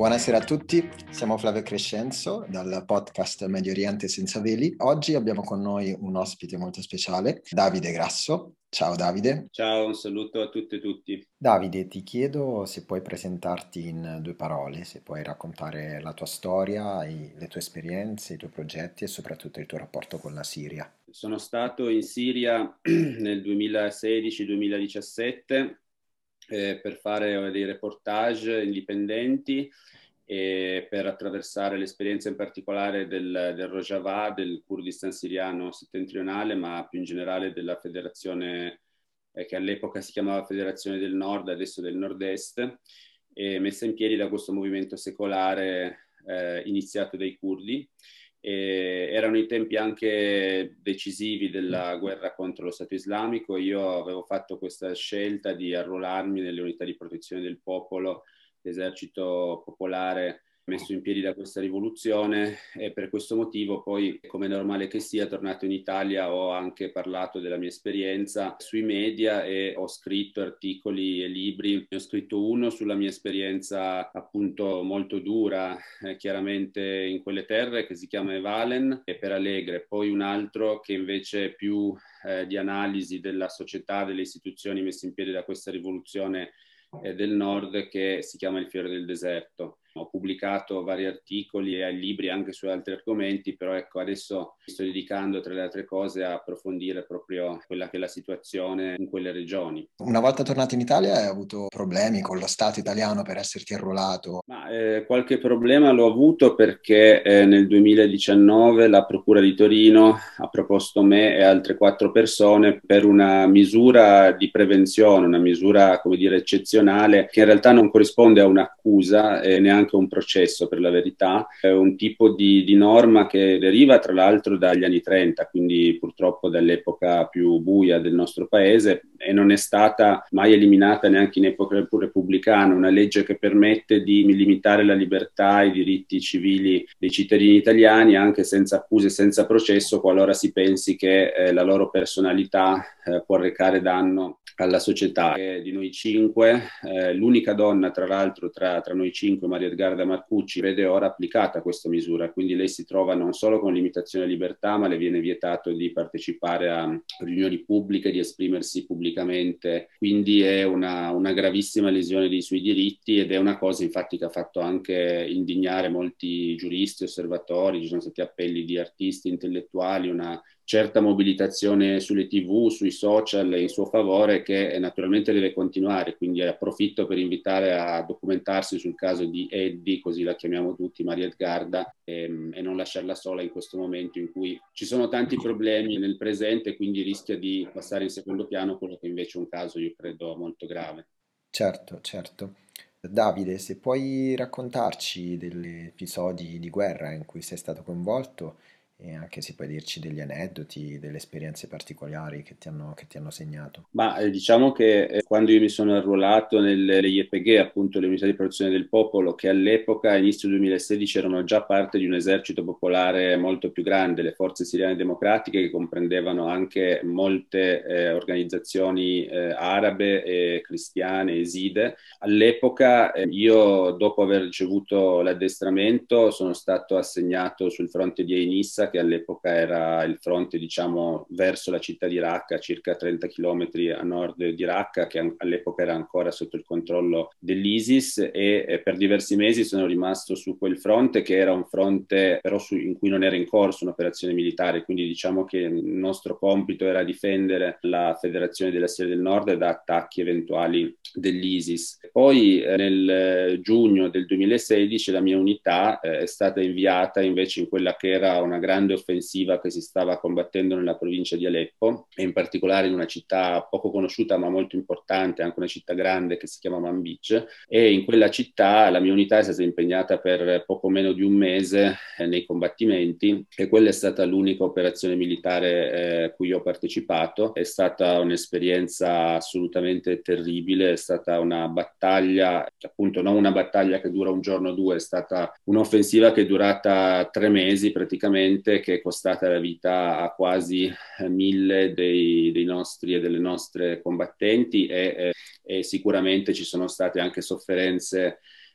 Buonasera a tutti, siamo Flavio Crescenzo dal podcast Medio Oriente Senza Veli. Oggi abbiamo con noi un ospite molto speciale, Davide Grasso. Ciao Davide. Ciao, un saluto a tutte e tutti. Davide, ti chiedo se puoi presentarti in 2 parole, se puoi raccontare la tua storia, le tue esperienze, i tuoi progetti e soprattutto il tuo rapporto con la Siria. Sono stato in Siria nel 2016-2017 per fare dei reportage indipendenti e per attraversare l'esperienza in particolare del Rojava, del Kurdistan siriano settentrionale, ma più in generale della federazione che all'epoca si chiamava Federazione del Nord, adesso del Nord-Est, messa in piedi da questo movimento secolare iniziato dai curdi. Erano i tempi anche decisivi della guerra contro lo Stato islamico. Io avevo fatto questa scelta di arruolarmi nelle unità di protezione del popolo, l'esercito popolare messo in piedi da questa rivoluzione, e per questo motivo poi, come è normale che sia, tornato in Italia ho anche parlato della mia esperienza sui media e ho scritto articoli e libri. Ne ho scritto uno sulla mia esperienza appunto molto dura, chiaramente in quelle terre, che si chiama Evalen e per Allegre, poi un altro che invece è più di analisi della società, delle istituzioni messe in piedi da questa rivoluzione del Nord, che si chiama Il fiore del deserto. Ho pubblicato vari articoli e libri anche su altri argomenti, però ecco, adesso mi sto dedicando, tra le altre cose, a approfondire proprio quella che è la situazione in quelle regioni. Una volta tornato in Italia hai avuto problemi con lo Stato italiano per esserti arruolato? Ma, qualche problema l'ho avuto perché nel 2019 la Procura di Torino ha proposto me e altre 4 persone per una misura di prevenzione, una misura, come dire, eccezionale, che in realtà non corrisponde a un'accusa e neanche a un processo, per la verità. È un tipo di norma che deriva tra l'altro dagli anni 30, quindi purtroppo dall'epoca più buia del nostro paese, e non è stata mai eliminata neanche in epoca repubblicana, una legge che permette di limitare la libertà e i diritti civili dei cittadini italiani anche senza accuse, senza processo, qualora si pensi che la loro personalità può recare danno alla società. Di noi 5, l'unica donna tra l'altro tra noi 5, Maria Edgarda Marcucci, vede ora applicata questa misura, quindi lei si trova non solo con limitazione di libertà, ma le viene vietato di partecipare a riunioni pubbliche, di esprimersi pubblicamente, quindi è una gravissima lesione dei suoi diritti, ed è una cosa infatti che ha fatto anche indignare molti giuristi, osservatori. Ci sono stati appelli di artisti, intellettuali, una certa mobilitazione sulle TV, sui social in suo favore, che naturalmente deve continuare. Quindi approfitto per invitare a documentarsi sul caso di Eddie, così la chiamiamo tutti, Maria Edgarda, e non lasciarla sola in questo momento in cui ci sono tanti problemi nel presente, quindi rischia di passare in secondo piano quello che invece è un caso, io credo, molto grave. Certo, certo. Davide, se puoi raccontarci degli episodi di guerra in cui sei stato coinvolto e anche se puoi dirci degli aneddoti, delle esperienze particolari che ti hanno segnato. Ma diciamo che quando io mi sono arruolato nelle YPG, appunto le unità di protezione del popolo, che all'epoca, inizio 2016, erano già parte di un esercito popolare molto più grande, le forze siriane democratiche, che comprendevano anche molte organizzazioni arabe e cristiane, eside. All'epoca io, dopo aver ricevuto l'addestramento, sono stato assegnato sul fronte di Einissa, che all'epoca era il fronte, diciamo, verso la città di Raqqa, circa 30 chilometri a nord di Raqqa, che all'epoca era ancora sotto il controllo dell'ISIS, e per diversi mesi sono rimasto su quel fronte, che era un fronte però in cui non era in corso un'operazione militare, quindi diciamo che il nostro compito era difendere la Federazione della Siria del Nord da attacchi eventuali dell'ISIS. Poi nel giugno del 2016 la mia unità è stata inviata invece in quella che era una grande offensiva che si stava combattendo nella provincia di Aleppo, e in particolare in una città poco conosciuta ma molto importante, anche una città grande che si chiama Manbij, e in quella città la mia unità è stata impegnata per poco meno di un mese nei combattimenti, e quella è stata l'unica operazione militare a cui ho partecipato. È stata un'esperienza assolutamente terribile, è stata una battaglia, appunto non una battaglia che dura un giorno o due, è stata un'offensiva che è durata 3 mesi praticamente, che è costata la vita a quasi 1000 dei nostri e delle nostre combattenti, e sicuramente ci sono state anche sofferenze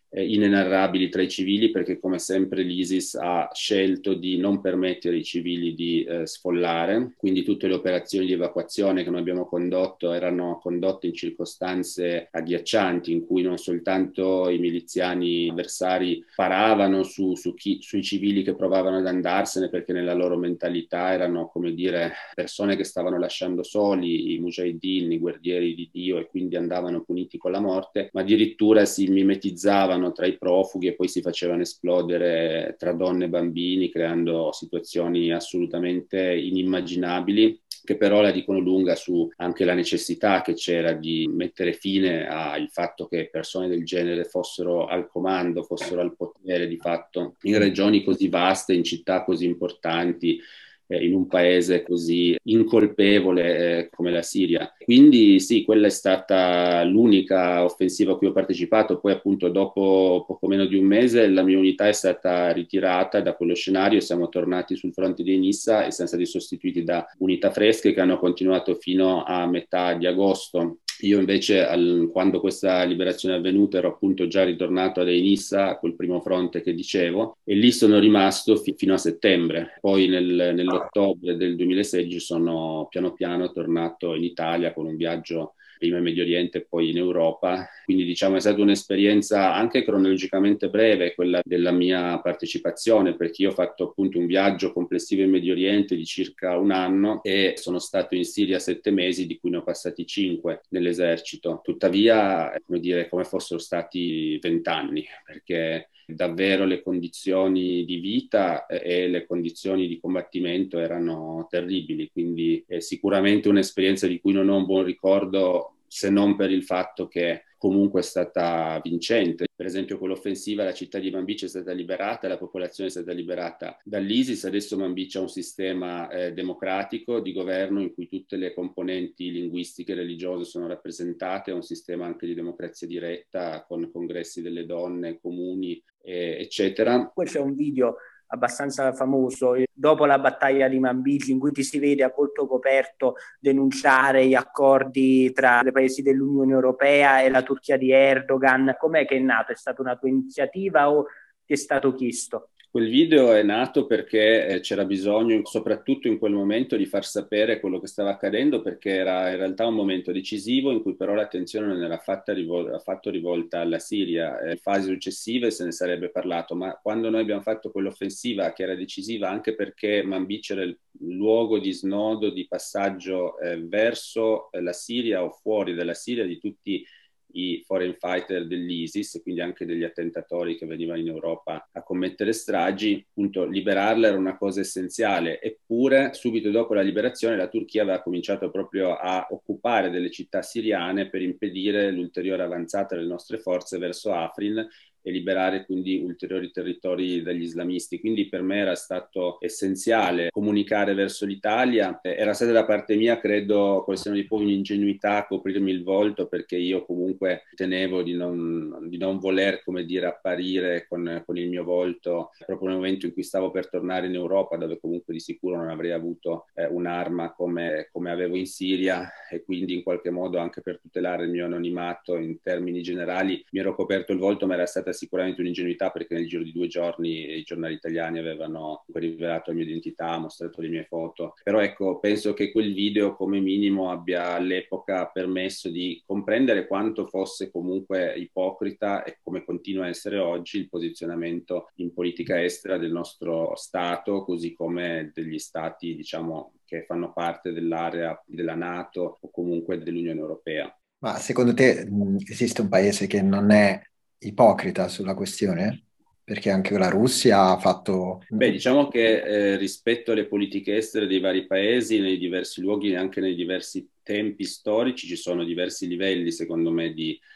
inenarrabili tra i civili, perché come sempre l'ISIS ha scelto di non permettere ai civili di sfollare, quindi tutte le operazioni di evacuazione che noi abbiamo condotto erano condotte in circostanze agghiaccianti, in cui non soltanto i miliziani avversari sparavano sui civili che provavano ad andarsene, perché nella loro mentalità erano, come dire, persone che stavano lasciando soli i mujahideen, i guerrieri di Dio, e quindi andavano puniti con la morte, ma addirittura si mimetizzavano tra i profughi e poi si facevano esplodere tra donne e bambini, creando situazioni assolutamente inimmaginabili, che però la dicono lunga su anche la necessità che c'era di mettere fine al fatto che persone del genere fossero al comando, fossero al potere di fatto in regioni così vaste, in città così importanti, in un paese così incolpevole come la Siria. Quindi sì, quella è stata l'unica offensiva a cui ho partecipato. Poi appunto dopo poco meno di un mese la mia unità è stata ritirata da quello scenario, siamo tornati sul fronte di Nissa e siamo stati sostituiti da unità fresche che hanno continuato fino a metà di agosto. Io invece, quando questa liberazione è avvenuta, ero appunto già ritornato ad Enissa, quel primo fronte che dicevo, e lì sono rimasto fino a settembre. Poi nell'ottobre del 2016 sono piano piano tornato in Italia con un viaggio prima in Medio Oriente e poi in Europa. Quindi diciamo è stata un'esperienza anche cronologicamente breve quella della mia partecipazione, perché io ho fatto appunto un viaggio complessivo in Medio Oriente di circa un anno e sono stato in Siria 7 mesi, di cui ne ho passati 5 nell'esercito. Tuttavia, come dire, come fossero stati 20 anni, perché davvero le condizioni di vita e le condizioni di combattimento erano terribili, quindi è sicuramente un'esperienza di cui non ho un buon ricordo, se non per il fatto che comunque è stata vincente. Per esempio con l'offensiva la città di Manbij è stata liberata, la popolazione è stata liberata dall'ISIS, adesso Manbij ha un sistema democratico di governo in cui tutte le componenti linguistiche e religiose sono rappresentate, è un sistema anche di democrazia diretta con congressi delle donne, comuni, eccetera. Poi c'è un video abbastanza famoso dopo la battaglia di Manbij in cui ti si vede a volto coperto denunciare gli accordi tra i paesi dell'Unione Europea e la Turchia di Erdogan. Com'è che è nato? È stata una tua iniziativa o ti è stato chiesto? Quel video è nato perché c'era bisogno, soprattutto in quel momento, di far sapere quello che stava accadendo, perché era in realtà un momento decisivo in cui però l'attenzione non era affatto rivolta alla Siria. In fasi successive se ne sarebbe parlato, ma quando noi abbiamo fatto quell'offensiva che era decisiva anche perché Manbij era il luogo di snodo, di passaggio verso la Siria o fuori dalla Siria di tutti i foreign fighter dell'ISIS, quindi anche degli attentatori che venivano in Europa a commettere stragi, appunto liberarla era una cosa essenziale. Eppure subito dopo la liberazione la Turchia aveva cominciato proprio a occupare delle città siriane per impedire l'ulteriore avanzata delle nostre forze verso Afrin e liberare quindi ulteriori territori dagli islamisti. Quindi per me era stato essenziale comunicare verso l'Italia. Era stata da parte mia, credo, col senno di poi un'ingenuità coprirmi il volto, perché io comunque tenevo di non voler, come dire, apparire con il mio volto proprio nel momento in cui stavo per tornare in Europa, dove comunque di sicuro non avrei avuto un'arma come avevo in Siria, e quindi in qualche modo anche per tutelare il mio anonimato in termini generali mi ero coperto il volto, ma era stata sicuramente un'ingenuità, perché nel giro di 2 giorni i giornali italiani avevano rivelato la mia identità, mostrato le mie foto. Però ecco, penso che quel video come minimo abbia all'epoca permesso di comprendere quanto fosse comunque ipocrita, e come continua a essere oggi, il posizionamento in politica estera del nostro Stato, così come degli Stati, diciamo, che fanno parte dell'area della NATO o comunque dell'Unione Europea. Ma secondo te esiste un paese che non è ipocrita sulla questione? Perché anche la Russia ha fatto... Beh, diciamo che rispetto alle politiche estere dei vari paesi, nei diversi luoghi e anche nei diversi tempi storici, ci sono diversi livelli, secondo me,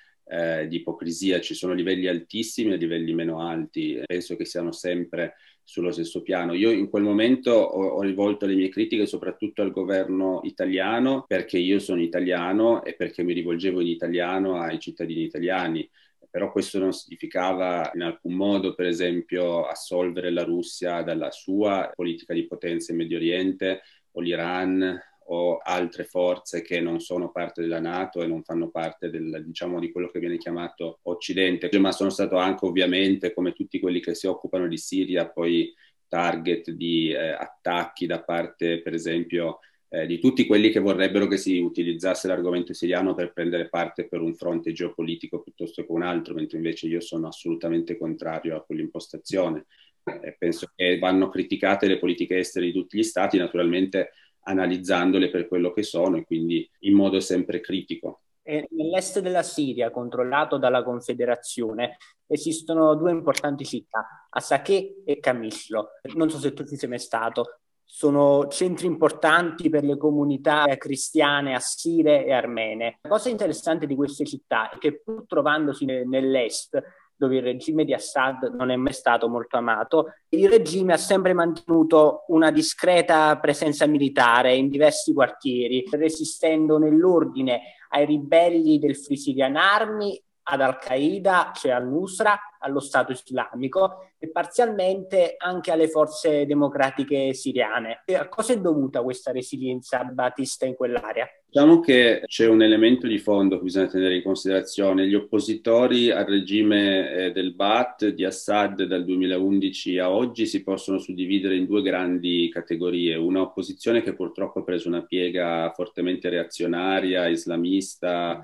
di ipocrisia. Ci sono livelli altissimi e livelli meno alti. Penso che siano sempre sullo stesso piano. Io in quel momento ho rivolto le mie critiche soprattutto al governo italiano, perché io sono italiano e perché mi rivolgevo in italiano ai cittadini italiani. Però questo non significava in alcun modo, per esempio, assolvere la Russia dalla sua politica di potenza in Medio Oriente, o l'Iran, o altre forze che non sono parte della NATO e non fanno parte diciamo, di quello che viene chiamato Occidente, ma sono stato anche ovviamente, come tutti quelli che si occupano di Siria, poi target di attacchi da parte, per esempio, di tutti quelli che vorrebbero che si utilizzasse l'argomento siriano per prendere parte per un fronte geopolitico piuttosto che un altro, mentre invece io sono assolutamente contrario a quell'impostazione. Penso che vanno criticate le politiche estere di tutti gli stati, naturalmente analizzandole per quello che sono e quindi in modo sempre critico. Nell'est della Siria, controllato dalla Confederazione, esistono due importanti città, Asakè e Qamishlo. Non so se tu ci sei mai stato. Sono centri importanti per le comunità cristiane assire e armene. La cosa interessante di queste città è che, pur trovandosi nell'est, dove il regime di Assad non è mai stato molto amato, il regime ha sempre mantenuto una discreta presenza militare in diversi quartieri, resistendo nell'ordine ai ribelli del Free Syrian Army, ad Al-Qaeda, cioè al-Nusra, allo Stato islamico e parzialmente anche alle forze democratiche siriane. E a cosa è dovuta questa resilienza baatista in quell'area? Diciamo che c'è un elemento di fondo che bisogna tenere in considerazione. Gli oppositori al regime del Baath di Assad dal 2011 a oggi si possono suddividere in due grandi categorie. Una opposizione che purtroppo ha preso una piega fortemente reazionaria, islamista,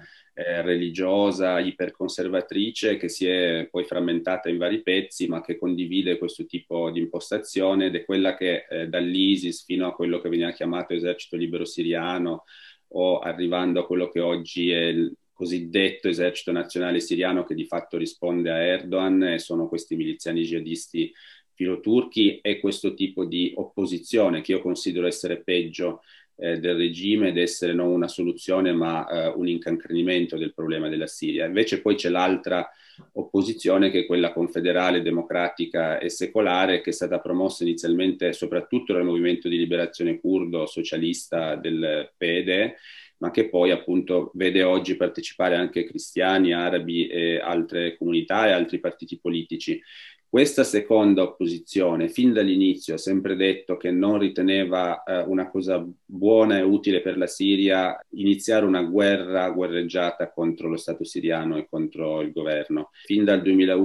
religiosa, iperconservatrice, che si è poi frammentata in vari pezzi, ma che condivide questo tipo di impostazione ed è quella che dall'ISIS fino a quello che veniva chiamato Esercito Libero Siriano o arrivando a quello che oggi è il cosiddetto esercito nazionale siriano che di fatto risponde a Erdogan e sono questi miliziani jihadisti filoturchi e questo tipo di opposizione che io considero essere peggio del regime ed essere non una soluzione ma un incancrenimento del problema della Siria. Invece poi c'è l'altra opposizione che è quella confederale, democratica e secolare che è stata promossa inizialmente soprattutto dal movimento di liberazione curdo socialista del PED, ma che poi appunto vede oggi partecipare anche cristiani, arabi e altre comunità e altri partiti politici. Questa seconda opposizione, fin dall'inizio, ha sempre detto che non riteneva una cosa buona e utile per la Siria iniziare una guerreggiata contro lo Stato siriano e contro il governo. Fin dal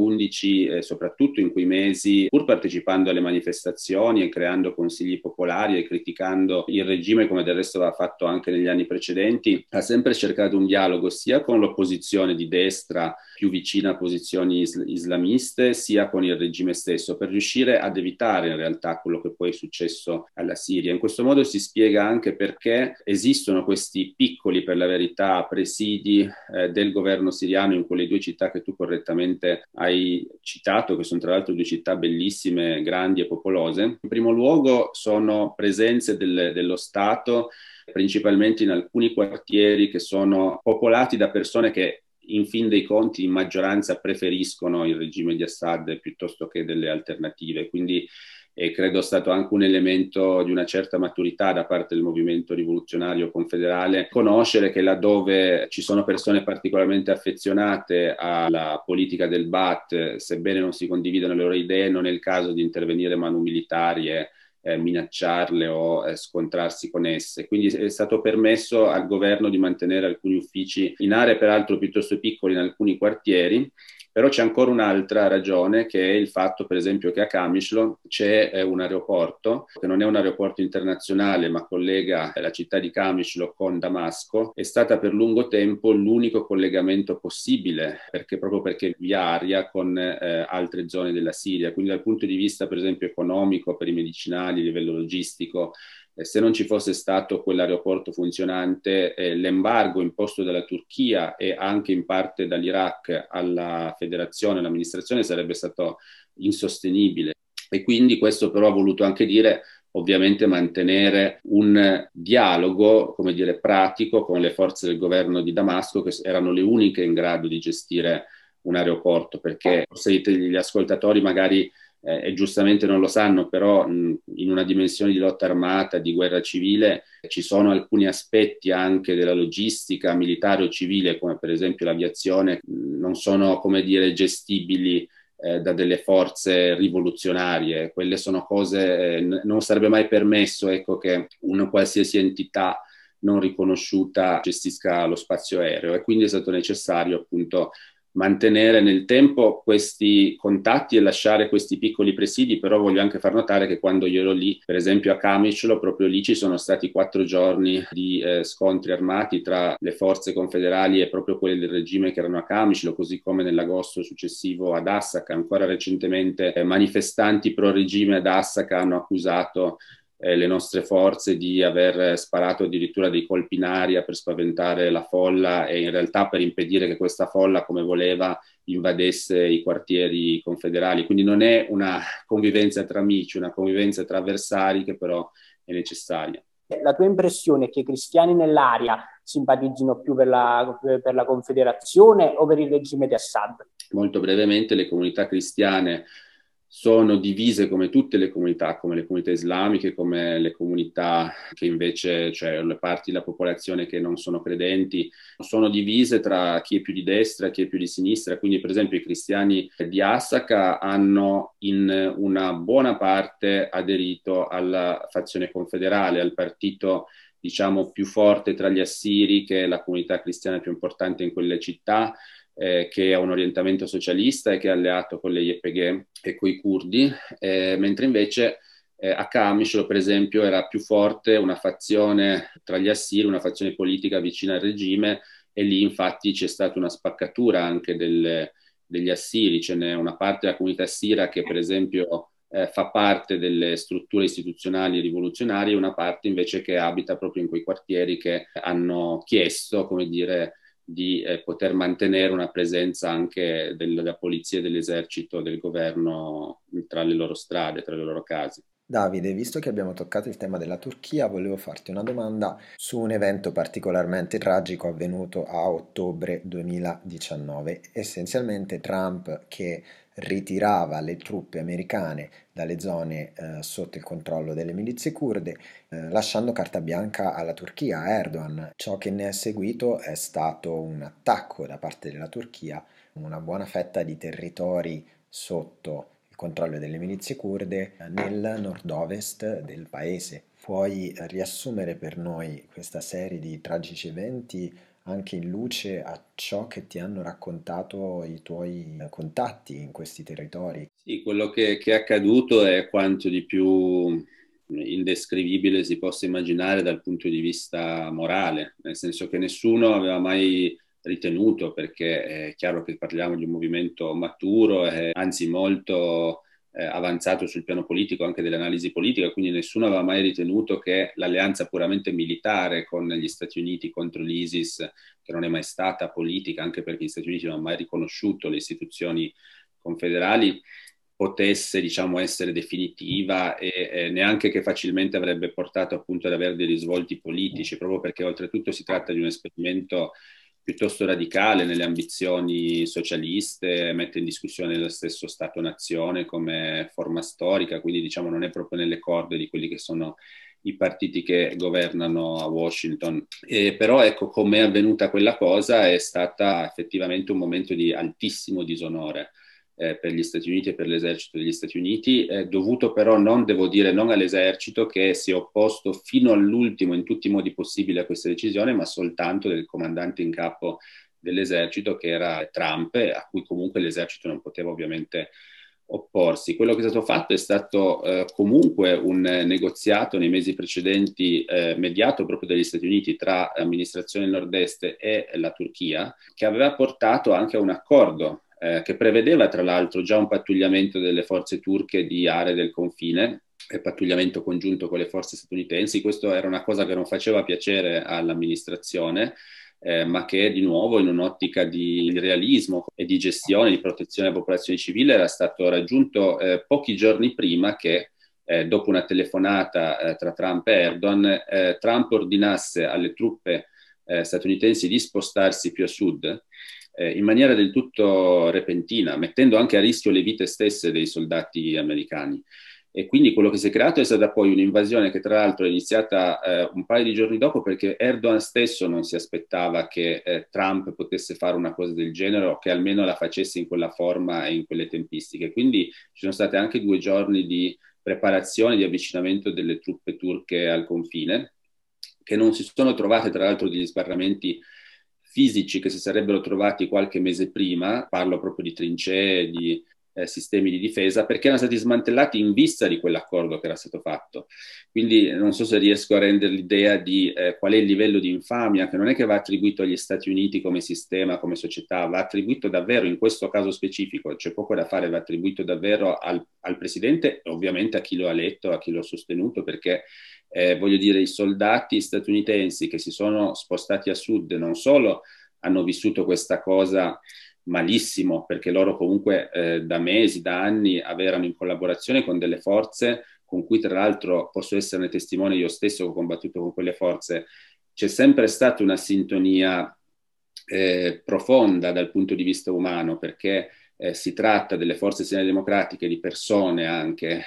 2011, soprattutto in quei mesi, pur partecipando alle manifestazioni e creando consigli popolari e criticando il regime, come del resto aveva fatto anche negli anni precedenti, ha sempre cercato un dialogo sia con l'opposizione di destra più vicina a posizioni islamiste, sia con il regime stesso, per riuscire ad evitare in realtà quello che poi è successo alla Siria. In questo modo si spiega anche perché esistono questi piccoli, per la verità, presidi del governo siriano in quelle due città che tu correttamente hai citato, che sono tra l'altro due città bellissime, grandi e popolose. In primo luogo sono presenze dello Stato, principalmente in alcuni quartieri che sono popolati da persone che in fin dei conti in maggioranza preferiscono il regime di Assad piuttosto che delle alternative, quindi credo stato anche un elemento di una certa maturità da parte del movimento rivoluzionario confederale conoscere che laddove ci sono persone particolarmente affezionate alla politica del Baath, sebbene non si condividano le loro idee, non è il caso di intervenire manu militari e minacciarle o scontrarsi con esse. Quindi è stato permesso al governo di mantenere alcuni uffici in aree peraltro piuttosto piccole in alcuni quartieri, però c'è ancora un'altra ragione che è il fatto per esempio che a Qamishlo c'è un aeroporto che non è un aeroporto internazionale ma collega la città di Qamishlo con Damasco, è stata per lungo tempo l'unico collegamento possibile proprio perché via aria con altre zone della Siria, quindi dal punto di vista per esempio economico per i medicinali a livello logistico, se non ci fosse stato quell'aeroporto funzionante, l'embargo imposto dalla Turchia e anche in parte dall'Iraq alla federazione, all'amministrazione sarebbe stato insostenibile. E quindi questo però ha voluto anche dire ovviamente mantenere un dialogo, come dire, pratico con le forze del governo di Damasco che erano le uniche in grado di gestire un aeroporto, perché forse gli ascoltatori magari e giustamente non lo sanno, però in una dimensione di lotta armata, di guerra civile, ci sono alcuni aspetti anche della logistica militare o civile, come per esempio l'aviazione, non sono, come dire, gestibili da delle forze rivoluzionarie. Quelle sono cose, non sarebbe mai permesso, ecco, che una qualsiasi entità non riconosciuta gestisca lo spazio aereo, e quindi è stato necessario appunto mantenere nel tempo questi contatti e lasciare questi piccoli presidi. Però voglio anche far notare che quando io ero lì, per esempio a Kamishlo, proprio lì ci sono stati 4 giorni di scontri armati tra le forze confederali e proprio quelle del regime che erano a Kamishlo, così come nell'agosto successivo ad Assaka. Ancora recentemente manifestanti pro regime ad Assaka hanno accusato le nostre forze di aver sparato addirittura dei colpi in aria per spaventare la folla, e in realtà per impedire che questa folla, come voleva, invadesse i quartieri confederali. Quindi non è una convivenza tra amici, una convivenza tra avversari, che però è necessaria. La tua impressione è che i cristiani nell'area simpatizzino più per la Confederazione o per il regime di Assad? Molto brevemente, le comunità cristiane sono divise come tutte le comunità, come le comunità islamiche, come le comunità che invece, cioè le parti della popolazione che non sono credenti, sono divise tra chi è più di destra e chi è più di sinistra. Quindi per esempio i cristiani di Assaka hanno in una buona parte aderito alla fazione confederale, al partito diciamo più forte tra gli assiri, che è la comunità cristiana più importante in quelle città, che ha un orientamento socialista e che è alleato con le YPG e con i curdi, mentre invece a Kamishlo, per esempio, era più forte una fazione tra gli assiri, una fazione politica vicina al regime, e lì infatti c'è stata una spaccatura anche degli assiri. Ce n'è una parte della comunità assira che per esempio fa parte delle strutture istituzionali rivoluzionarie, e una parte invece che abita proprio in quei quartieri che hanno chiesto, come dire, di poter mantenere una presenza anche della polizia e dell'esercito, del governo tra le loro strade, tra le loro case. Davide, visto che abbiamo toccato il tema della Turchia, volevo farti una domanda su un evento particolarmente tragico avvenuto a ottobre 2019. Essenzialmente Trump che ritirava le truppe americane dalle zone sotto il controllo delle milizie kurde, lasciando carta bianca alla Turchia, a Erdogan. Ciò che ne è seguito è stato un attacco da parte della Turchia, una buona fetta di territori sotto il controllo delle milizie kurde nel nord-ovest del paese. Puoi riassumere per noi questa serie di tragici eventi anche in luce a ciò che ti hanno raccontato i tuoi contatti in questi territori? Sì, quello che è accaduto è quanto di più indescrivibile si possa immaginare dal punto di vista morale, nel senso che nessuno aveva mai ritenuto, perché è chiaro che parliamo di un movimento maturo e anzi molto avanzato sul piano politico, anche dell'analisi politica, quindi nessuno aveva mai ritenuto che l'alleanza puramente militare con gli Stati Uniti contro l'ISIS, che non è mai stata politica, anche perché gli Stati Uniti non hanno mai riconosciuto le istituzioni confederali, potesse, diciamo, essere definitiva, e neanche che facilmente avrebbe portato appunto ad avere dei risvolti politici, proprio perché oltretutto si tratta di un esperimento piuttosto radicale nelle ambizioni socialiste, mette in discussione lo stesso Stato-nazione come forma storica, quindi diciamo non è proprio nelle corde di quelli che sono i partiti che governano a Washington. Però ecco, come è avvenuta quella cosa è stata effettivamente un momento di altissimo disonore per gli Stati Uniti e per l'esercito degli Stati Uniti, dovuto però non, devo dire, non all'esercito che si è opposto fino all'ultimo in tutti i modi possibili a questa decisione, ma soltanto del comandante in capo dell'esercito, che era Trump, a cui comunque l'esercito non poteva ovviamente opporsi. Quello che è stato fatto è stato comunque un negoziato nei mesi precedenti mediato proprio dagli Stati Uniti tra l'amministrazione del nord-est e la Turchia, che aveva portato anche a un accordo che prevedeva tra l'altro già un pattugliamento delle forze turche di aree del confine e pattugliamento congiunto con le forze statunitensi. Questo era una cosa che non faceva piacere all'amministrazione, ma che di nuovo in un'ottica di realismo e di gestione, di protezione della popolazione civile era stato raggiunto pochi giorni prima che dopo una telefonata tra Trump e Erdogan, Trump ordinasse alle truppe statunitensi di spostarsi più a sud in maniera del tutto repentina, mettendo anche a rischio le vite stesse dei soldati americani. E quindi quello che si è creato è stata poi un'invasione che tra l'altro è iniziata un paio di giorni dopo, perché Erdogan stesso non si aspettava che Trump potesse fare una cosa del genere, o che almeno la facesse in quella forma e in quelle tempistiche. Quindi ci sono state anche 2 giorni di preparazione, di avvicinamento delle truppe turche al confine, che non si sono trovate tra l'altro degli sbarramenti fisici che si sarebbero trovati qualche mese prima, parlo proprio di trincee, di sistemi di difesa, perché erano stati smantellati in vista di quell'accordo che era stato fatto. Quindi non so se riesco a rendere l'idea di qual è il livello di infamia, che non è che va attribuito agli Stati Uniti come sistema, come società, va attribuito davvero, in questo caso specifico, c'è poco da fare, va attribuito davvero al presidente, ovviamente a chi lo ha letto, a chi lo ha sostenuto, perché voglio dire, i soldati statunitensi che si sono spostati a sud non solo hanno vissuto questa cosa malissimo, perché loro comunque da mesi, da anni erano in collaborazione con delle forze con cui tra l'altro posso esserne testimone io stesso, che ho combattuto con quelle forze. C'è sempre stata una sintonia profonda dal punto di vista umano, perché si tratta delle forze civili democratiche, di persone anche,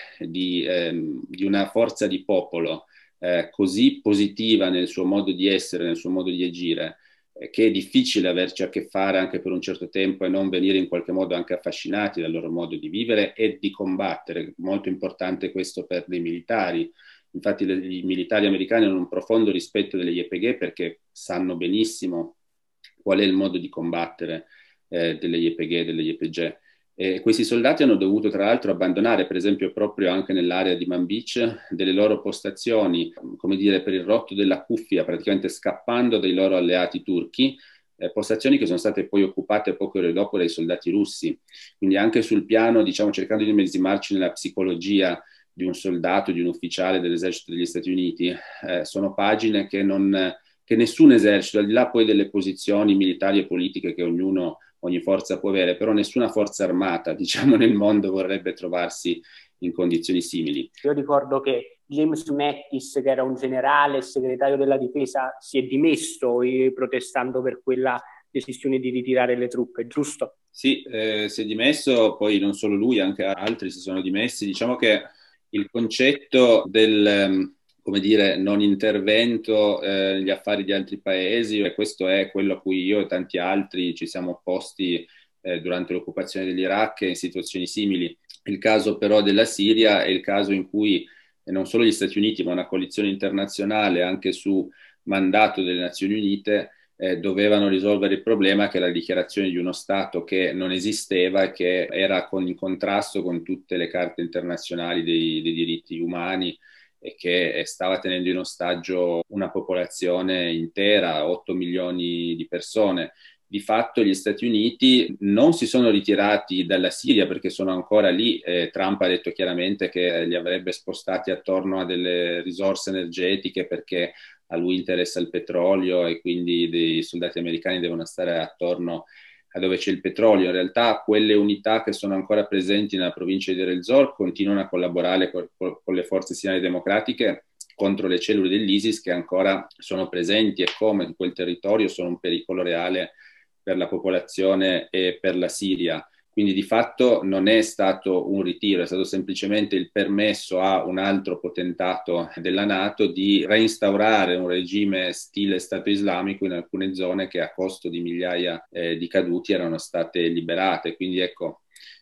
di una forza di popolo così positiva nel suo modo di essere, nel suo modo di agire, che è difficile averci a che fare anche per un certo tempo e non venire in qualche modo anche affascinati dal loro modo di vivere e di combattere. Molto importante questo per dei militari. Infatti i militari americani hanno un profondo rispetto delle YPG perché sanno benissimo qual è il modo di combattere delle YPG e delle YPG. Questi soldati hanno dovuto tra l'altro abbandonare, per esempio proprio anche nell'area di Manbij, delle loro postazioni, come dire, per il rotto della cuffia, praticamente scappando dai loro alleati turchi, postazioni che sono state poi occupate poche ore dopo dai soldati russi. Quindi anche sul piano, diciamo, cercando di immedesimarci nella psicologia di un soldato, di un ufficiale dell'esercito degli Stati Uniti, sono pagine che nessun esercito, al di là poi delle posizioni militari e politiche che ogni forza può avere, però nessuna forza armata, diciamo, nel mondo vorrebbe trovarsi in condizioni simili. Io ricordo che James Mattis, che era un generale, segretario della difesa, si è dimesso protestando per quella decisione di ritirare le truppe, giusto? Sì, si è dimesso, poi non solo lui, anche altri si sono dimessi. Diciamo che il concetto del come dire, non intervento negli affari di altri paesi, e questo è quello a cui io e tanti altri ci siamo opposti durante l'occupazione dell'Iraq in situazioni simili. Il caso però della Siria è il caso in cui non solo gli Stati Uniti, ma una coalizione internazionale, anche su mandato delle Nazioni Unite, dovevano risolvere il problema che era la dichiarazione di uno Stato che non esisteva e che era in contrasto con tutte le carte internazionali dei diritti umani e che stava tenendo in ostaggio una popolazione intera, 8 milioni di persone. Di fatto gli Stati Uniti non si sono ritirati dalla Siria perché sono ancora lì. Trump ha detto chiaramente che li avrebbe spostati attorno a delle risorse energetiche perché a lui interessa il petrolio e quindi dei soldati americani devono stare attorno a dove c'è il petrolio. In realtà quelle unità che sono ancora presenti nella provincia di Deir el-Zor continuano a collaborare con le forze siriane democratiche contro le cellule dell'ISIS che ancora sono presenti e come in quel territorio sono un pericolo reale per la popolazione e per la Siria. Quindi di fatto non è stato un ritiro, è stato semplicemente il permesso a un altro potentato della NATO di reinstaurare un regime stile Stato islamico in alcune zone che a costo di migliaia di caduti erano state liberate. Quindi ecco,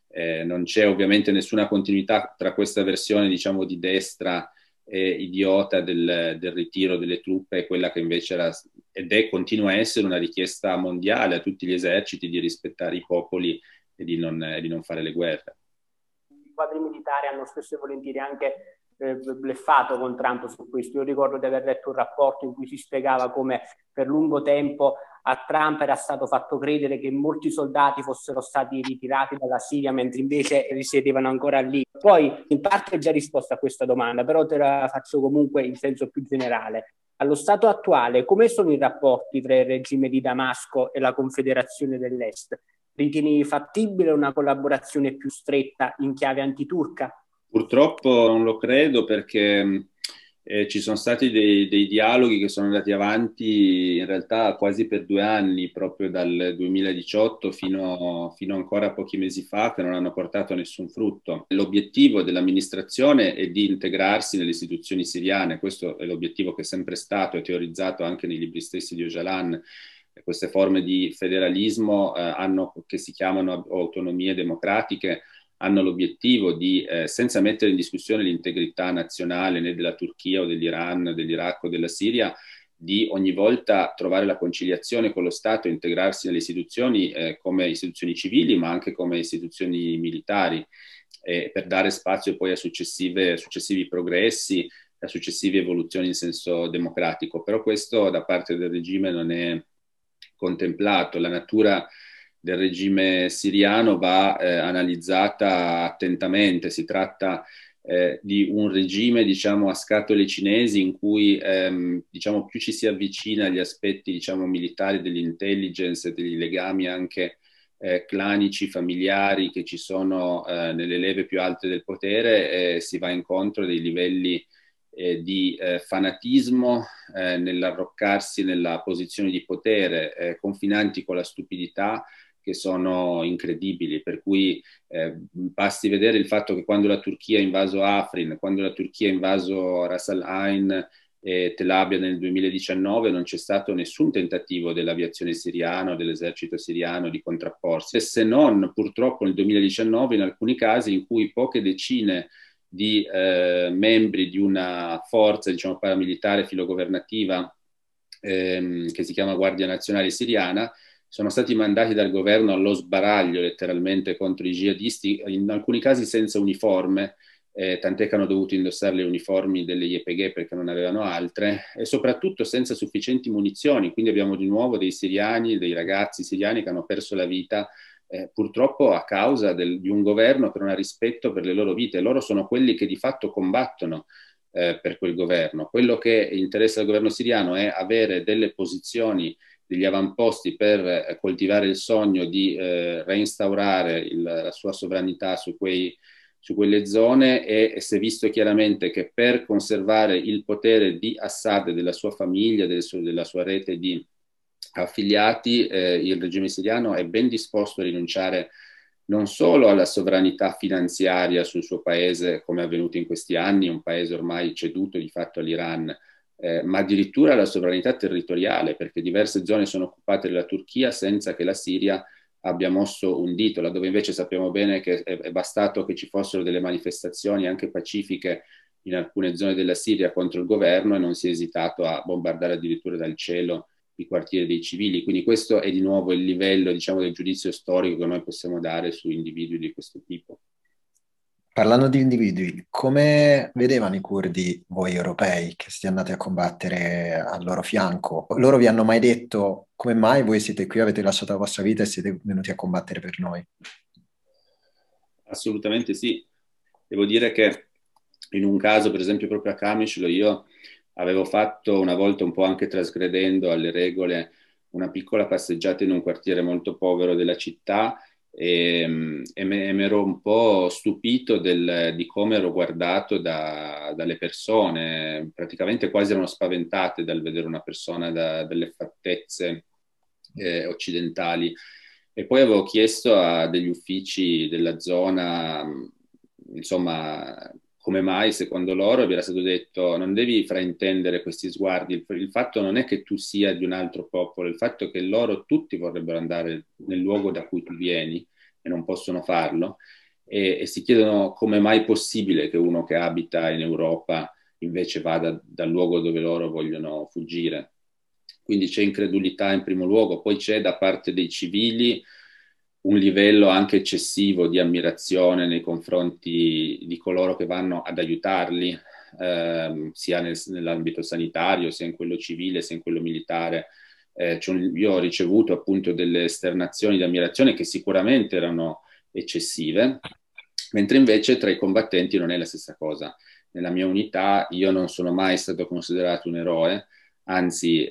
non c'è ovviamente nessuna continuità tra questa versione, diciamo, di destra idiota del ritiro delle truppe e quella che invece era continua a essere una richiesta mondiale a tutti gli eserciti di rispettare i popoli e di non fare le guerre. I quadri militari hanno spesso e volentieri anche bleffato con Trump su questo. Io ricordo di aver letto un rapporto in cui si spiegava come per lungo tempo a Trump era stato fatto credere che molti soldati fossero stati ritirati dalla Siria mentre invece risiedevano ancora lì. Poi in parte ho già risposto a questa domanda, però te la faccio comunque in senso più generale. Allo stato attuale, come sono i rapporti tra il regime di Damasco e la Confederazione dell'Est? Ritieni fattibile una collaborazione più stretta in chiave antiturca? Purtroppo non lo credo perché ci sono stati dei dialoghi che sono andati avanti in realtà quasi per 2 anni, proprio dal 2018 fino ancora a pochi mesi fa, che non hanno portato a nessun frutto. L'obiettivo dell'amministrazione è di integrarsi nelle istituzioni siriane, questo è l'obiettivo che è sempre stato e teorizzato anche nei libri stessi di Öcalan. Queste forme di federalismo che si chiamano autonomie democratiche, hanno l'obiettivo di, senza mettere in discussione l'integrità nazionale né della Turchia o dell'Iran, dell'Iraq o della Siria, di ogni volta trovare la conciliazione con lo Stato, integrarsi nelle istituzioni come istituzioni civili, ma anche come istituzioni militari, per dare spazio poi a successivi progressi, a successive evoluzioni in senso democratico. Però questo da parte del regime non è contemplato. La natura del regime siriano va analizzata attentamente. Si tratta di un regime, diciamo, a scatole cinesi, in cui diciamo, più ci si avvicina agli aspetti, diciamo, militari dell'intelligence e degli legami anche clanici, familiari che ci sono nelle leve più alte del potere, si va incontro a dei livelli di fanatismo nell'arroccarsi nella posizione di potere, confinanti con la stupidità, che sono incredibili, per cui basti vedere il fatto che quando la Turchia ha invaso Afrin, quando la Turchia ha invaso Ras Al Ain e Tel Abyad nel 2019, non c'è stato nessun tentativo dell'aviazione siriana o dell'esercito siriano di contrapporsi, se non purtroppo nel 2019 in alcuni casi in cui poche decine di membri di una forza, diciamo, paramilitare filogovernativa che si chiama Guardia Nazionale Siriana, sono stati mandati dal governo allo sbaraglio letteralmente contro i jihadisti, in alcuni casi senza uniforme, tant'è che hanno dovuto indossare le uniformi delle YPG perché non avevano altre, e soprattutto senza sufficienti munizioni. Quindi abbiamo di nuovo dei siriani, dei ragazzi siriani che hanno perso la vita purtroppo a causa di un governo che non ha rispetto per le loro vite. Loro sono quelli che di fatto combattono per quel governo. Quello che interessa al governo siriano è avere delle posizioni, degli avamposti per coltivare il sogno di reinstaurare la sua sovranità su quelle zone, e si è visto chiaramente che per conservare il potere di Assad e della sua famiglia, della sua rete di affiliati, il regime siriano è ben disposto a rinunciare non solo alla sovranità finanziaria sul suo paese, come è avvenuto in questi anni, un paese ormai ceduto di fatto all'Iran, ma addirittura alla sovranità territoriale, perché diverse zone sono occupate dalla Turchia senza che la Siria abbia mosso un dito, laddove invece sappiamo bene che è bastato che ci fossero delle manifestazioni anche pacifiche in alcune zone della Siria contro il governo e non si è esitato a bombardare addirittura dal cielo i quartieri dei civili. Quindi questo è di nuovo il livello, diciamo, del giudizio storico che noi possiamo dare su individui di questo tipo. Parlando di individui, come vedevano i curdi voi europei che siete andati a combattere al loro fianco? Loro vi hanno mai detto come mai voi siete qui, avete lasciato la vostra vita e siete venuti a combattere per noi? Assolutamente sì. Devo dire che in un caso, per esempio proprio a Kamishlo, io avevo fatto una volta, un po' anche trasgredendo alle regole, una piccola passeggiata in un quartiere molto povero della città, e mi ero un po' stupito di come ero guardato dalle persone. Praticamente quasi erano spaventate dal vedere una persona dalle fattezze occidentali. E poi avevo chiesto a degli uffici della zona, insomma, come mai secondo loro vi era stato detto: non devi fraintendere questi sguardi, il fatto non è che tu sia di un altro popolo, il fatto è che loro tutti vorrebbero andare nel luogo da cui tu vieni e non possono farlo, e si chiedono come mai è possibile che uno che abita in Europa invece vada dal luogo dove loro vogliono fuggire. Quindi c'è incredulità in primo luogo, poi c'è da parte dei civili un livello anche eccessivo di ammirazione nei confronti di coloro che vanno ad aiutarli, sia nell'ambito sanitario, sia in quello civile, sia in quello militare. Io ho ricevuto appunto delle esternazioni di ammirazione che sicuramente erano eccessive, mentre invece tra i combattenti non è la stessa cosa. Nella mia unità io non sono mai stato considerato un eroe, anzi,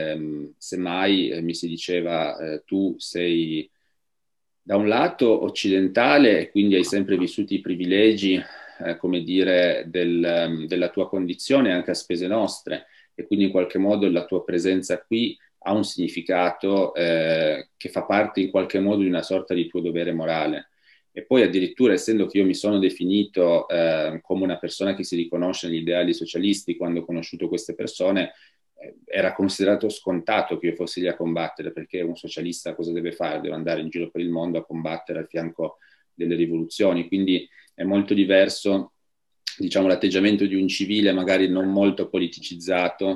semmai mi si diceva tu sei da un lato occidentale e quindi hai sempre vissuto i privilegi, come dire, della tua condizione anche a spese nostre, e quindi in qualche modo la tua presenza qui ha un significato che fa parte in qualche modo di una sorta di tuo dovere morale. E poi addirittura, essendo che io mi sono definito come una persona che si riconosce negli ideali socialisti, quando ho conosciuto queste persone, era considerato scontato che io fossi lì a combattere, perché un socialista cosa deve fare? Deve andare in giro per il mondo a combattere al fianco delle rivoluzioni. Quindi è molto diverso, diciamo, l'atteggiamento di un civile magari non molto politicizzato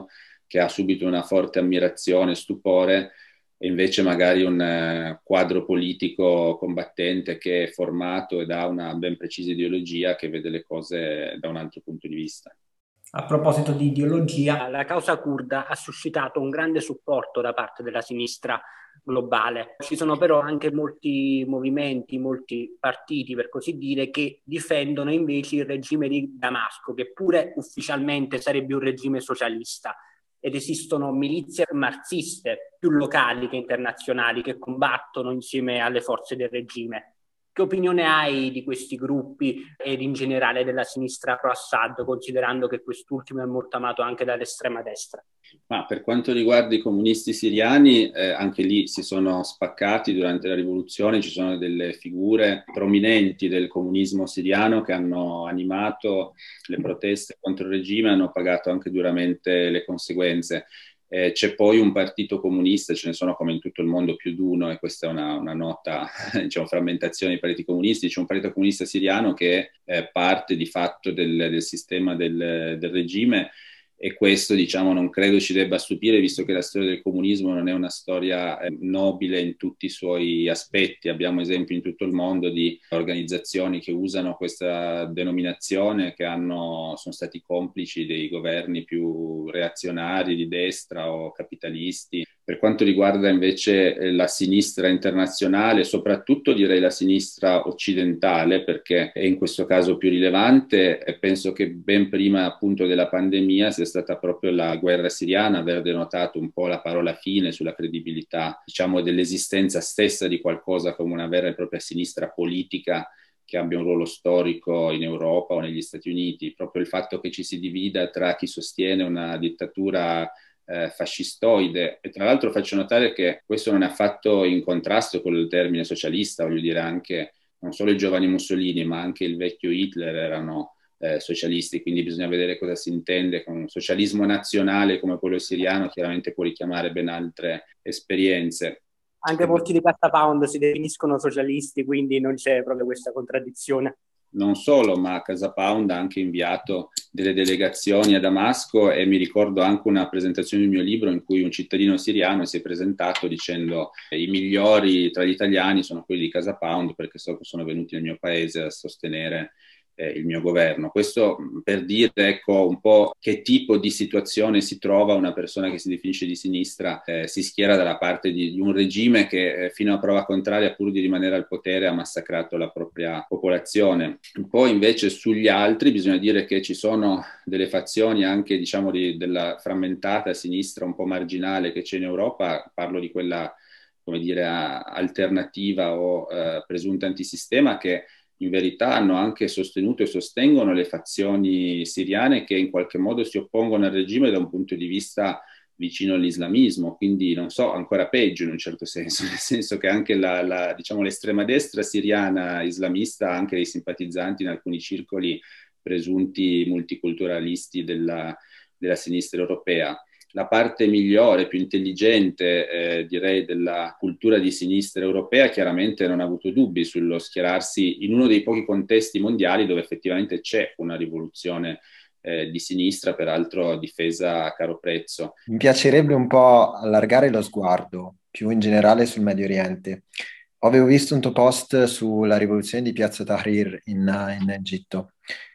che ha subito una forte ammirazione, stupore, e invece magari un quadro politico combattente che è formato ed ha una ben precisa ideologia che vede le cose da un altro punto di vista. A proposito di ideologia, la causa curda ha suscitato un grande supporto da parte della sinistra globale. Ci sono però anche molti movimenti, molti partiti, per così dire, che difendono invece il regime di Damasco, che pure ufficialmente sarebbe un regime socialista. Ed esistono milizie marxiste, più locali che internazionali, che combattono insieme alle forze del regime. Che opinione hai di questi gruppi ed in generale della sinistra pro-Assad, considerando che quest'ultimo è molto amato anche dall'estrema destra? Ma per quanto riguarda i comunisti siriani, anche lì si sono spaccati durante la rivoluzione, ci sono delle figure prominenti del comunismo siriano che hanno animato le proteste contro il regime e hanno pagato anche duramente le conseguenze. C'è poi un partito comunista, ce ne sono come in tutto il mondo più di uno, e questa è una nota diciamo, frammentazione dei partiti comunisti. C'è un partito comunista siriano che è parte di fatto del sistema del regime, e questo diciamo non credo ci debba stupire, visto che la storia del comunismo non è una storia nobile in tutti i suoi aspetti. Abbiamo esempi in tutto il mondo di organizzazioni che usano questa denominazione, che sono stati complici dei governi più reazionari di destra o capitalisti. Per quanto riguarda invece la sinistra internazionale, soprattutto direi la sinistra occidentale, perché è in questo caso più rilevante, e penso che ben prima appunto della pandemia sia stata proprio la guerra siriana a aver denotato un po' la parola fine sulla credibilità, diciamo, dell'esistenza stessa di qualcosa come una vera e propria sinistra politica che abbia un ruolo storico in Europa o negli Stati Uniti. Proprio il fatto che ci si divida tra chi sostiene una dittatura fascistoide, e tra l'altro faccio notare che questo non è affatto in contrasto con il termine socialista, voglio dire, anche non solo i giovani Mussolini ma anche il vecchio Hitler erano socialisti, quindi bisogna vedere cosa si intende con un socialismo nazionale come quello siriano. Chiaramente può richiamare ben altre esperienze. Anche molti di Carta Pound si definiscono socialisti, quindi non c'è proprio questa contraddizione. Non solo, ma Casa Pound ha anche inviato delle delegazioni a Damasco, e mi ricordo anche una presentazione del mio libro in cui un cittadino siriano si è presentato dicendo i migliori tra gli italiani sono quelli di Casa Pound, perché so che sono venuti nel mio paese a sostenere il mio governo. Questo per dire, ecco, un po' che tipo di situazione si trova una persona che si definisce di sinistra, si schiera dalla parte di un regime che fino a prova contraria, pur di rimanere al potere, ha massacrato la propria popolazione. Poi invece sugli altri bisogna dire che ci sono delle fazioni anche, diciamo, della frammentata sinistra un po' marginale che c'è in Europa. Parlo di quella, come dire, alternativa o presunta antisistema, che in verità hanno anche sostenuto e sostengono le fazioni siriane che in qualche modo si oppongono al regime da un punto di vista vicino all'islamismo, quindi non so, ancora peggio in un certo senso, nel senso che anche diciamo, l'estrema destra siriana islamista ha anche dei simpatizzanti in alcuni circoli presunti multiculturalisti della sinistra europea. La parte migliore, più intelligente, direi, della cultura di sinistra europea chiaramente non ha avuto dubbi sullo schierarsi in uno dei pochi contesti mondiali dove effettivamente c'è una rivoluzione di sinistra, peraltro difesa a caro prezzo. Mi piacerebbe un po' allargare lo sguardo, più in generale sul Medio Oriente. Avevo visto un tuo post sulla rivoluzione di Piazza Tahrir in Egitto.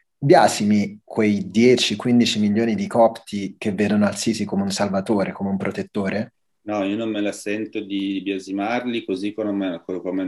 Biasimi quei 10-15 milioni di copti che vedono al-Sisi come un salvatore, come un protettore? No, io non me la sento di biasimarli, così come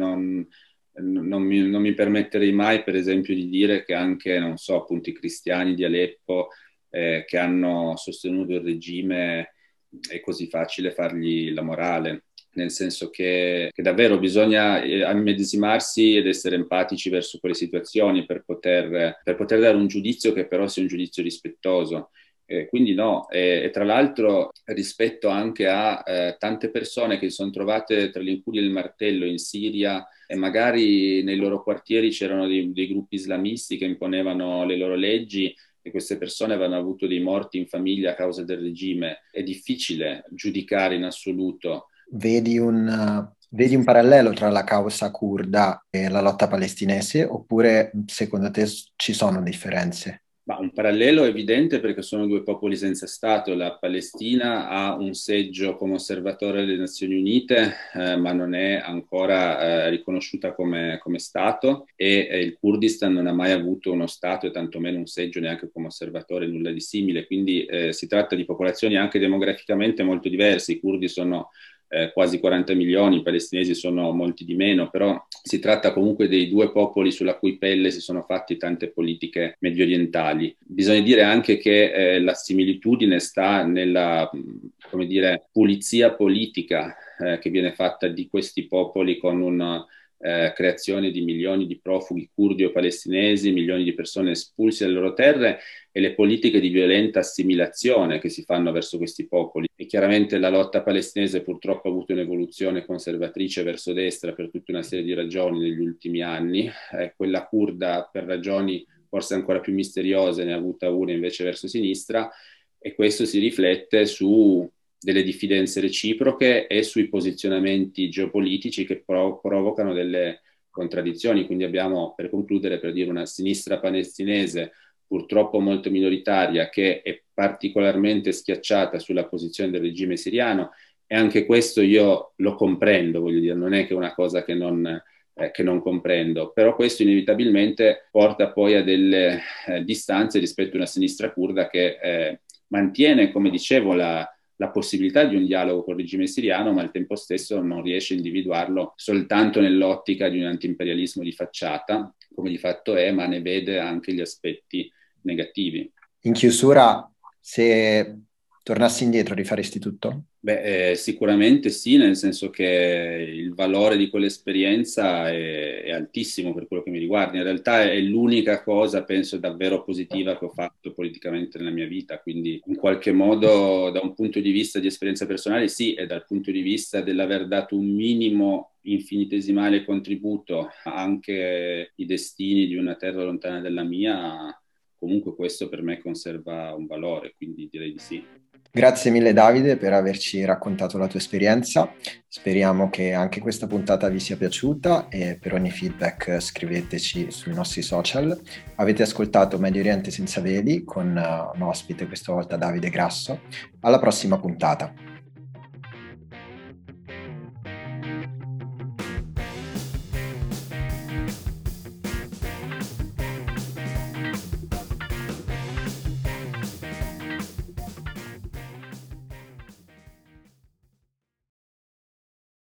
non mi permetterei mai, per esempio, di dire che anche, non so, appunto i cristiani di Aleppo che hanno sostenuto il regime è così facile fargli la morale. Nel senso che davvero bisogna immedesimarsi ed essere empatici verso quelle situazioni per poter dare un giudizio che però sia un giudizio rispettoso. Quindi no, e tra l'altro rispetto anche a tante persone che si sono trovate tra l'incuria e il martello in Siria, e magari nei loro quartieri c'erano dei gruppi islamisti che imponevano le loro leggi, e queste persone avevano avuto dei morti in famiglia a causa del regime. È difficile giudicare in assoluto. Vedi un parallelo tra la causa curda e la lotta palestinese, oppure secondo te ci sono differenze? Ma un parallelo è evidente perché sono due popoli senza Stato. La Palestina ha un seggio come osservatore delle Nazioni Unite, ma non è ancora riconosciuta come Stato, e il Kurdistan non ha mai avuto uno Stato e tantomeno un seggio neanche come osservatore, nulla di simile. Quindi si tratta di popolazioni anche demograficamente molto diverse. I curdi sono quasi 40 milioni, i palestinesi sono molti di meno, però si tratta comunque dei due popoli sulla cui pelle si sono fatti tante politiche mediorientali. Bisogna dire anche che la similitudine sta nella, come dire, pulizia politica che viene fatta di questi popoli con una creazione di milioni di profughi curdi o palestinesi, milioni di persone espulse dalle loro terre e le politiche di violenta assimilazione che si fanno verso questi popoli. E chiaramente la lotta palestinese purtroppo ha avuto un'evoluzione conservatrice verso destra per tutta una serie di ragioni negli ultimi anni. Quella curda, per ragioni forse ancora più misteriose, ne ha avuta una invece verso sinistra, e questo si riflette su delle diffidenze reciproche e sui posizionamenti geopolitici che provocano delle contraddizioni. Quindi abbiamo, per concludere, per dire, una sinistra palestinese purtroppo molto minoritaria che è particolarmente schiacciata sulla posizione del regime siriano, e anche questo io lo comprendo, voglio dire, non è che è una cosa che non comprendo, però questo inevitabilmente porta poi a delle distanze rispetto a una sinistra curda che mantiene, come dicevo, la possibilità di un dialogo con il regime siriano, ma al tempo stesso non riesce a individuarlo soltanto nell'ottica di un antiimperialismo di facciata, come di fatto è, ma ne vede anche gli aspetti negativi. In chiusura, se tornassi indietro, rifaresti tutto? Beh, sicuramente sì, nel senso che il valore di quell'esperienza è altissimo per quello che mi riguarda. In realtà è l'unica cosa, penso, davvero positiva che ho fatto politicamente nella mia vita, quindi in qualche modo da un punto di vista di esperienza personale sì, e dal punto di vista dell'aver dato un minimo infinitesimale contributo anche ai destini di una terra lontana dalla mia, comunque questo per me conserva un valore, quindi direi di sì. Grazie mille Davide per averci raccontato la tua esperienza, speriamo che anche questa puntata vi sia piaciuta e per ogni feedback scriveteci sui nostri social. Avete ascoltato Medio Oriente senza veli con un ospite, questa volta Davide Grasso. Alla prossima puntata.